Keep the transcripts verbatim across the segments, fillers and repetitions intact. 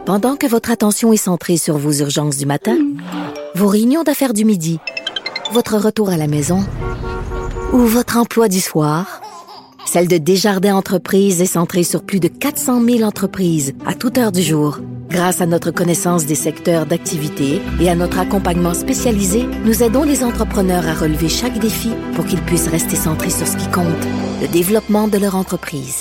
Pendant que votre attention est centrée sur vos urgences du matin, vos réunions d'affaires du midi, votre retour à la maison ou votre emploi du soir, celle de Desjardins Entreprises est centrée sur plus de quatre cent mille entreprises à toute heure du jour. Grâce à notre connaissance des secteurs d'activité et à notre accompagnement spécialisé, nous aidons les entrepreneurs à relever chaque défi pour qu'ils puissent rester centrés sur ce qui compte, le développement de leur entreprise.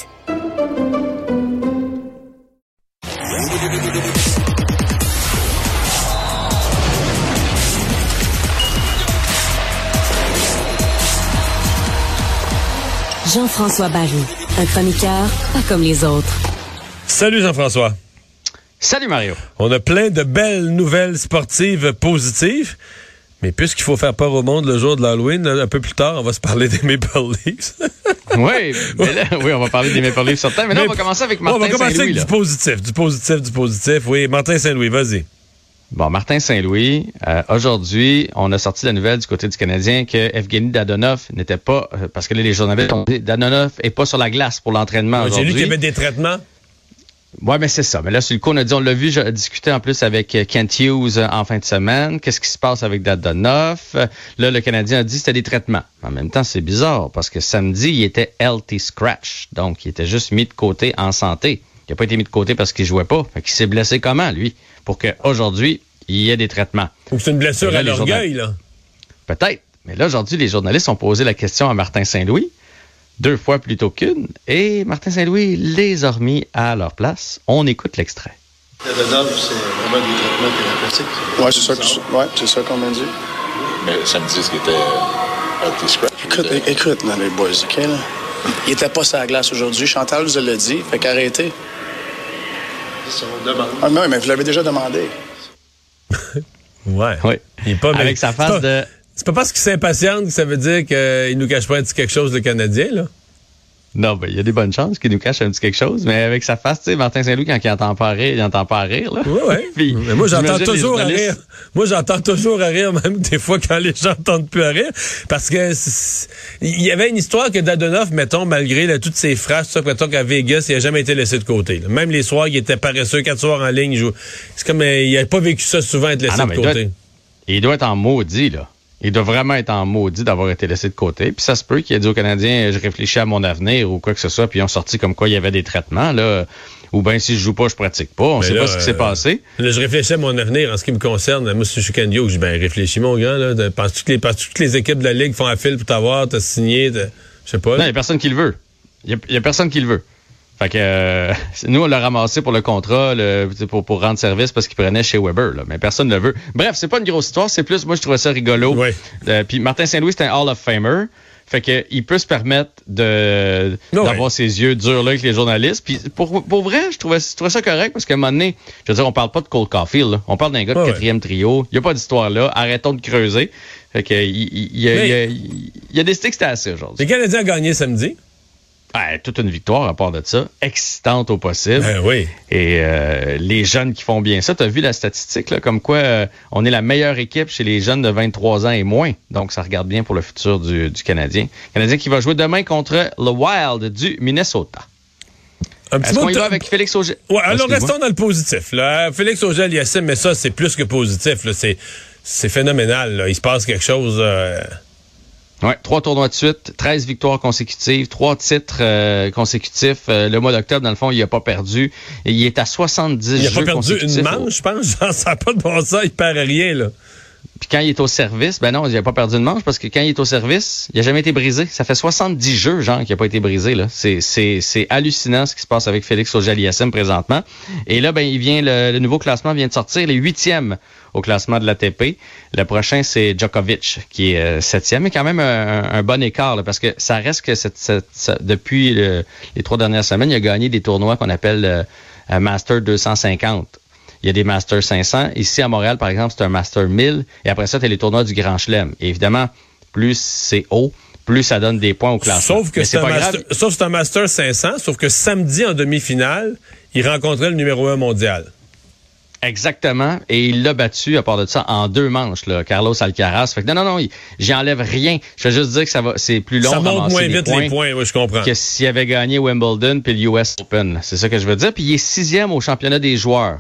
Jean-François Barry, un chroniqueur pas comme les autres. Salut Jean-François. Salut Mario. On a plein de belles nouvelles sportives positives, mais puisqu'il faut faire peur au monde le jour de l'Halloween, un peu plus tard, on va se parler des Maple Leafs. oui, mais là, oui, on va parler des Maple Leafs certains, mais là, mais, on va commencer avec Martin Saint-Louis. On va commencer avec là. du positif, du positif, du positif. Oui, Martin Saint-Louis, vas-y. Bon, Martin Saint-Louis, euh, aujourd'hui, on a sorti la nouvelle du côté du Canadien que Evgeny Dadonov n'était pas, euh, parce que là, les journalistes ont dit, Dadonov est pas sur la glace pour l'entraînement ouais, aujourd'hui. J'ai lu qu'il y avait des traitements. Ouais, mais c'est ça. Mais là, sur le coup, on a dit, on l'a vu, j'ai discuté en plus avec Kent Hughes en fin de semaine. Qu'est-ce qui se passe avec Dadonov? Là, le Canadien a dit que c'était des traitements. En même temps, c'est bizarre parce que samedi, il était healthy scratch. Donc, il était juste mis de côté en santé. Il n'a pas été mis de côté parce qu'il jouait pas. Fait qu'il s'est blessé comment, lui? Pour qu'aujourd'hui, il y ait des traitements. Ou c'est une blessure là, à l'orgueil, journal... là? Peut-être. Mais là, aujourd'hui, les journalistes ont posé la question à Martin Saint-Louis, deux fois plutôt qu'une, et Martin Saint-Louis les a remis à leur place. On écoute l'extrait. Dadonov, c'est vraiment des traitements thérapeutiques. Oui, c'est ça, que, ouais, c'est ça qu'on m'a dit. Mais ça me dit ce qui était healthy scratch. Écoute, était... écoute, non, les boys, OK, là? Il était pas sur la glace aujourd'hui. Chantal nous l'a dit, fait qu'arrêtez. C'est son demande. Ah non, mais vous l'avez déjà demandé. ouais. Oui. Il est pas, Avec mais, sa face c'est pas, de... C'est pas parce qu'il s'impatiente que ça veut dire qu'il nous cache pas un petit quelque chose, le Canadien, là? Non, ben, il y a des bonnes chances qu'il nous cache un petit quelque chose, mais avec sa face, tu sais, Martin Saint-Louis, quand il entend pas rire, il entend pas rire, là. Oui, oui. Puis, mais moi, j'entends toujours à journalistes... rire. Moi, j'entends toujours à rire, même des fois quand les gens n'entendent plus à rire. Parce que, il y avait une histoire que Dadonov, mettons, malgré là, toutes ses phrases, tout ça, mettons qu'à Vegas, il a jamais été laissé de côté, là. Même les soirs, il était paresseux, quatre soirs en ligne, il joue. C'est comme, euh, il a pas vécu ça souvent, être laissé ah non, de côté. Il doit, être, il doit être en maudit, là. Il doit vraiment être en maudit d'avoir été laissé de côté. Puis ça se peut qu'il ait dit aux Canadiens, je réfléchis à mon avenir ou quoi que ce soit, puis ils ont sorti comme quoi il y avait des traitements, là. Ou bien si je joue pas, je pratique pas. On mais sait là, pas ce qui euh, s'est passé. Là, je réfléchis à mon avenir en ce qui me concerne. Moi, si je suis Candio, je dis, ben, réfléchis, mon gars, là. Pense toutes les, pense toutes les équipes de la Ligue font un fil pour t'avoir, t'as signé, t'as, je sais pas. Non, il y a personne qui le veut. Il y a, y a personne qui le veut. Fait que euh, nous, on l'a ramassé pour le contrat, le, pour, pour rendre service parce qu'il prenait chez Weber, là, mais personne ne le veut. Bref, c'est pas une grosse histoire, c'est plus, moi, je trouvais ça rigolo. Ouais. Euh, Puis Martin Saint-Louis, c'est un Hall of Famer. Fait que il peut se permettre de oh d'avoir ouais. ses yeux durs là avec les journalistes. Puis pour, pour vrai, je trouvais, je trouvais ça correct parce qu'à un moment donné, je veux dire, on parle pas de Cole Caulfield, là. On parle d'un gars de oh quatrième ouais. trio. Il y a pas d'histoire là. Arrêtons de creuser. Fait que il, il, il, Mais, il, a, il, il a décidé que c'était assez aujourd'hui. Les Canadiens ont gagné samedi. Ouais, toute une victoire à part de ça, excitante au possible. Ben oui. Et euh, les jeunes qui font bien ça, tu as vu la statistique, là, comme quoi euh, on est la meilleure équipe chez les jeunes de vingt-trois ans et moins. Donc, ça regarde bien pour le futur du, du Canadien. Canadien qui va jouer demain contre le Wild du Minnesota. Un petit Est-ce qu'on y y va avec Félix Auger? Ouais, alors restons dans le positif. Là. Félix Auger-Aliassime, mais ça, c'est plus que positif. Là. C'est, c'est phénoménal. Là. Il se passe quelque chose... Euh... Oui, trois tournois de suite, treize victoires consécutives, trois titres euh, consécutifs. Euh, le mois d'octobre, dans le fond, il n'a pas perdu. Et il est à soixante-dix jeux consécutifs. Il n'a pas perdu une manche, je pense. Genre, ça n'a pas de bon sens, il perd rien, là. Puis quand il est au service, ben non, il n'a pas perdu une manche parce que quand il est au service, il n'a jamais été brisé. Ça fait soixante-dix jeux, genre, qui n'a pas été brisé, là. C'est, c'est, c'est hallucinant ce qui se passe avec Félix Auger-Aliassime présentement. Et là, ben, il vient, le, le nouveau classement vient de sortir, les huitièmes au classement de l'A T P. Le prochain, c'est Djokovic, qui est euh, septième, mais quand même un, un bon écart, là, parce que ça reste que cette, cette, cette, depuis le, les trois dernières semaines, il a gagné des tournois qu'on appelle euh, Master deux cent cinquante. Il y a des Masters cinq cents. Ici, à Montréal, par exemple, c'est un Master mille. Et après ça, tu as les tournois du Grand Chelem. Et évidemment, plus c'est haut, plus ça donne des points au classement. Sauf que c'est, c'est, un master, sauf c'est un Master cinq cents, sauf que samedi, en demi-finale, il rencontrait le numéro un mondial. Exactement. Et il l'a battu, à part de ça, en deux manches, là, Carlos Alcaraz. Fait que non, non, non, il, j'y enlève rien. Je veux juste dire que ça va, c'est plus long. Ça monte moins vite points les points, oui, je comprends. Que s'il avait gagné Wimbledon puis le U S Open. C'est ça que je veux dire. Puis il est sixième au championnat des joueurs.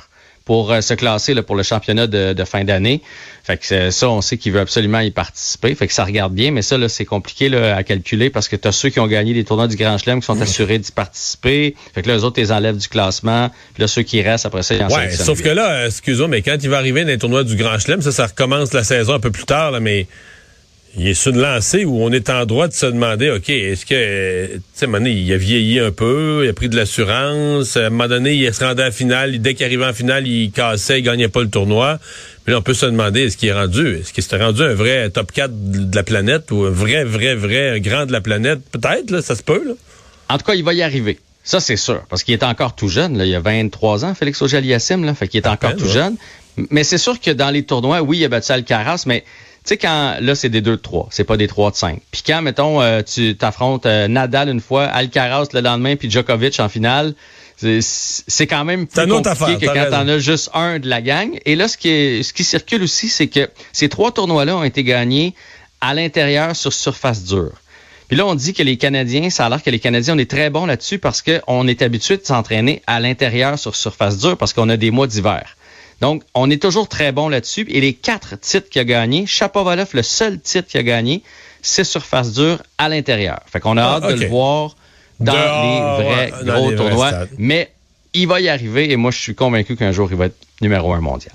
pour euh, se classer là, pour le championnat de, de fin d'année. Fait que euh, ça, on sait qu'il veut absolument y participer. Fait que ça regarde bien, mais ça, là, c'est compliqué là, à calculer parce que tu as ceux qui ont gagné des tournois du Grand Chelem qui sont assurés d'y participer. Fait que là, eux autres, les enlèvent du classement. Puis là, ceux qui restent, après ça, ils en Ouais, sauf que là, excuse-moi, mais quand il va arriver dans les tournois du Grand Chelem, ça, ça recommence la saison un peu plus tard, là, mais il est sur une lancée où on est en droit de se demander, OK, est-ce que, tu sais, à un moment donné, il a vieilli un peu, il a pris de l'assurance, à un moment donné, il se rendait en finale, dès qu'il arrivait en finale, il cassait, il gagnait pas le tournoi. Puis là, on peut se demander, est-ce qu'il est rendu, est-ce qu'il s'est rendu un vrai top quatre de la planète ou un vrai, vrai, vrai grand de la planète? Peut-être, là, ça se peut, là. En tout cas, il va y arriver. Ça, c'est sûr, parce qu'il est encore tout jeune, là. Il a vingt-trois ans, Félix Auger-Aliassime, là, fait qu'il est encore tout ouais. jeune. Mais c'est sûr que dans les tournois, oui, il a battu Alcaraz, mais tu sais, quand, là, c'est des deux de trois, c'est pas des trois de cinq. Puis quand, mettons, euh, tu t'affrontes euh, Nadal une fois, Alcaraz le lendemain, puis Djokovic en finale, c'est, c'est quand même plus compliqué affaire, que quand raison. T'en as juste un de la gang. Et là, ce qui, est, ce qui circule aussi, c'est que ces trois tournois-là ont été gagnés à l'intérieur sur surface dure. Puis là, on dit que les Canadiens, ça a l'air que les Canadiens, on est très bons là-dessus parce qu'on est habitué de s'entraîner à l'intérieur sur surface dure parce qu'on a des mois d'hiver. Donc, on est toujours très bon là-dessus. Et les quatre titres qu'il a gagnés, Shapovalov, le seul titre qu'il a gagné, c'est surface dure à l'intérieur. Fait qu'on a ah, hâte okay. de le voir dans Dehors, les vrais ouais, gros les tournois. Vrais mais il va y arriver et moi, je suis convaincu qu'un jour, il va être numéro un mondial.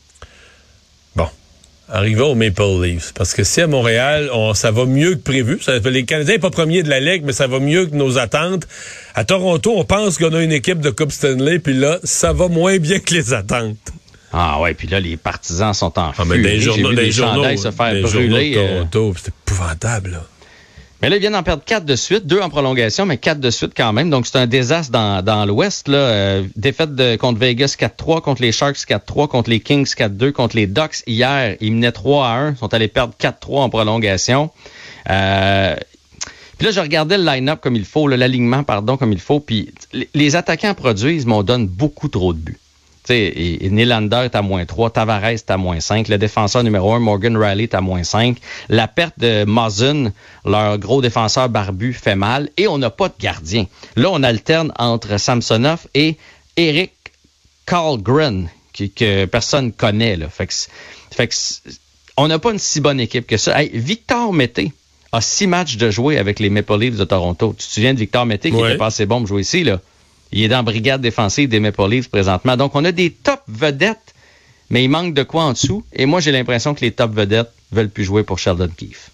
Bon. Arrivons aux Maple Leafs. Parce que si à Montréal, on, ça va mieux que prévu. Ça, les Canadiens sont pas premiers de la Ligue, mais ça va mieux que nos attentes. À Toronto, on pense qu'on a une équipe de Coupe Stanley, puis là, ça va moins bien que les attentes. Ah ouais, puis là, les partisans sont en ah, mais des journaux, J'ai vu des les journaux, chandails se faire des brûler. De Toronto, euh... c'est épouvantable, là. Mais là, ils viennent d'en perdre quatre de suite, deux en prolongation, mais quatre de suite quand même. Donc, c'est un désastre dans, dans l'Ouest, là. Euh, défaite de, contre Vegas quatre trois, contre les Sharks quatre trois, contre les Kings quatre deux, contre les Ducks hier. Ils menaient trois à un, ils sont allés perdre quatre trois en prolongation. Euh, Puis là, je regardais le line-up comme il faut, là, l'alignement, pardon, comme il faut. Puis les attaquants produisent, mais on donne beaucoup trop de buts. Tu sais, Nylander est à moins trois, Tavares est à moins cinq, le défenseur numéro un, Morgan Riley, est à moins cinq. La perte de Muzzin, leur gros défenseur barbu, fait mal. Et on n'a pas de gardien. Là, on alterne entre Samsonov et Eric Karlgren, qui, que personne connaît. Là. Fait que, fait que, on n'a pas une si bonne équipe que ça. Hey, Victor Mété a six matchs de jouer avec les Maple Leafs de Toronto. Tu te souviens de Victor Mété qui ouais. était pas assez bon pour jouer ici, là? Il est dans la brigade défensive des Maple Leafs présentement. Donc, on a des top vedettes, mais il manque de quoi en dessous. Et moi, j'ai l'impression que les top vedettes veulent plus jouer pour Sheldon Keefe.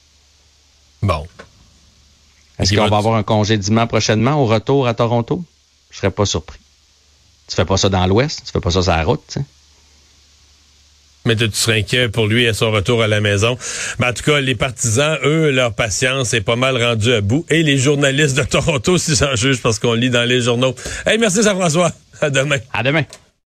Bon. Est-ce qu'on va avoir un congédiement prochainement au retour à Toronto? Je serais pas surpris. Tu fais pas ça dans l'Ouest, tu fais pas ça sur la route, tu sais. Mais tu serais inquiet pour lui à son retour à la maison. Mais en tout cas, les partisans, eux, leur patience est pas mal rendue à bout. Et les journalistes de Toronto, si j'en juge, parce qu'on lit dans les journaux. Hey, merci Jean-François. À demain. À demain.